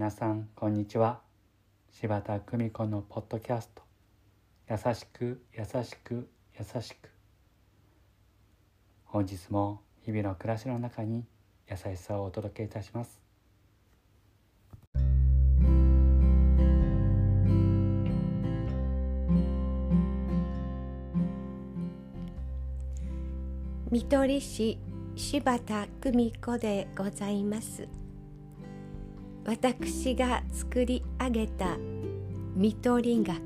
皆さんこんにちは。柴田久美子のポッドキャスト、優しく優しく優しく。本日も日々の暮らしの中に優しさをお届けいたします。 看取り師柴田久美子でございます。私が作り上げた看取り学、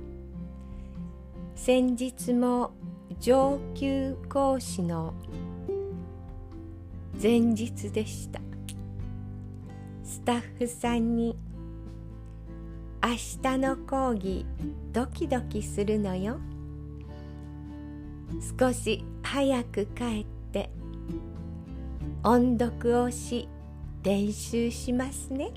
先日も上級講師の前日でした。スタッフさんに明日の講義ドキドキするのよ、少し早く帰って音読をし練習しますね。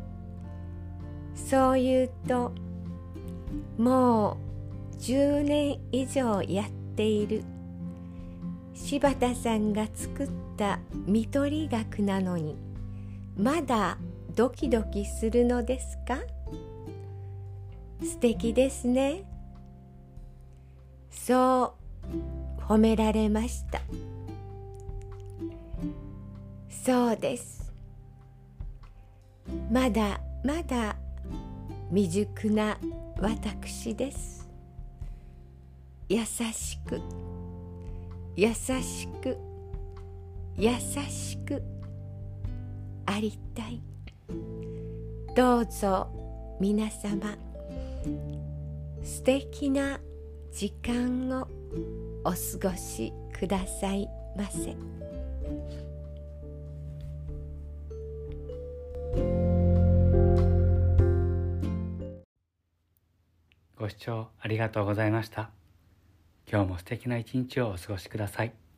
そう言うと、もう10年以上やっている柴田さんが作った看取り学なのに、まだドキドキするのですか？素敵ですね。そう褒められました。そうです。まだまだ未熟な私です。優しく優しく優しくありたい。どうぞ皆様、素敵な時間をお過ごしくださいませ。 ご視聴ありがとうございました。今日も素敵な一日をお過ごしください。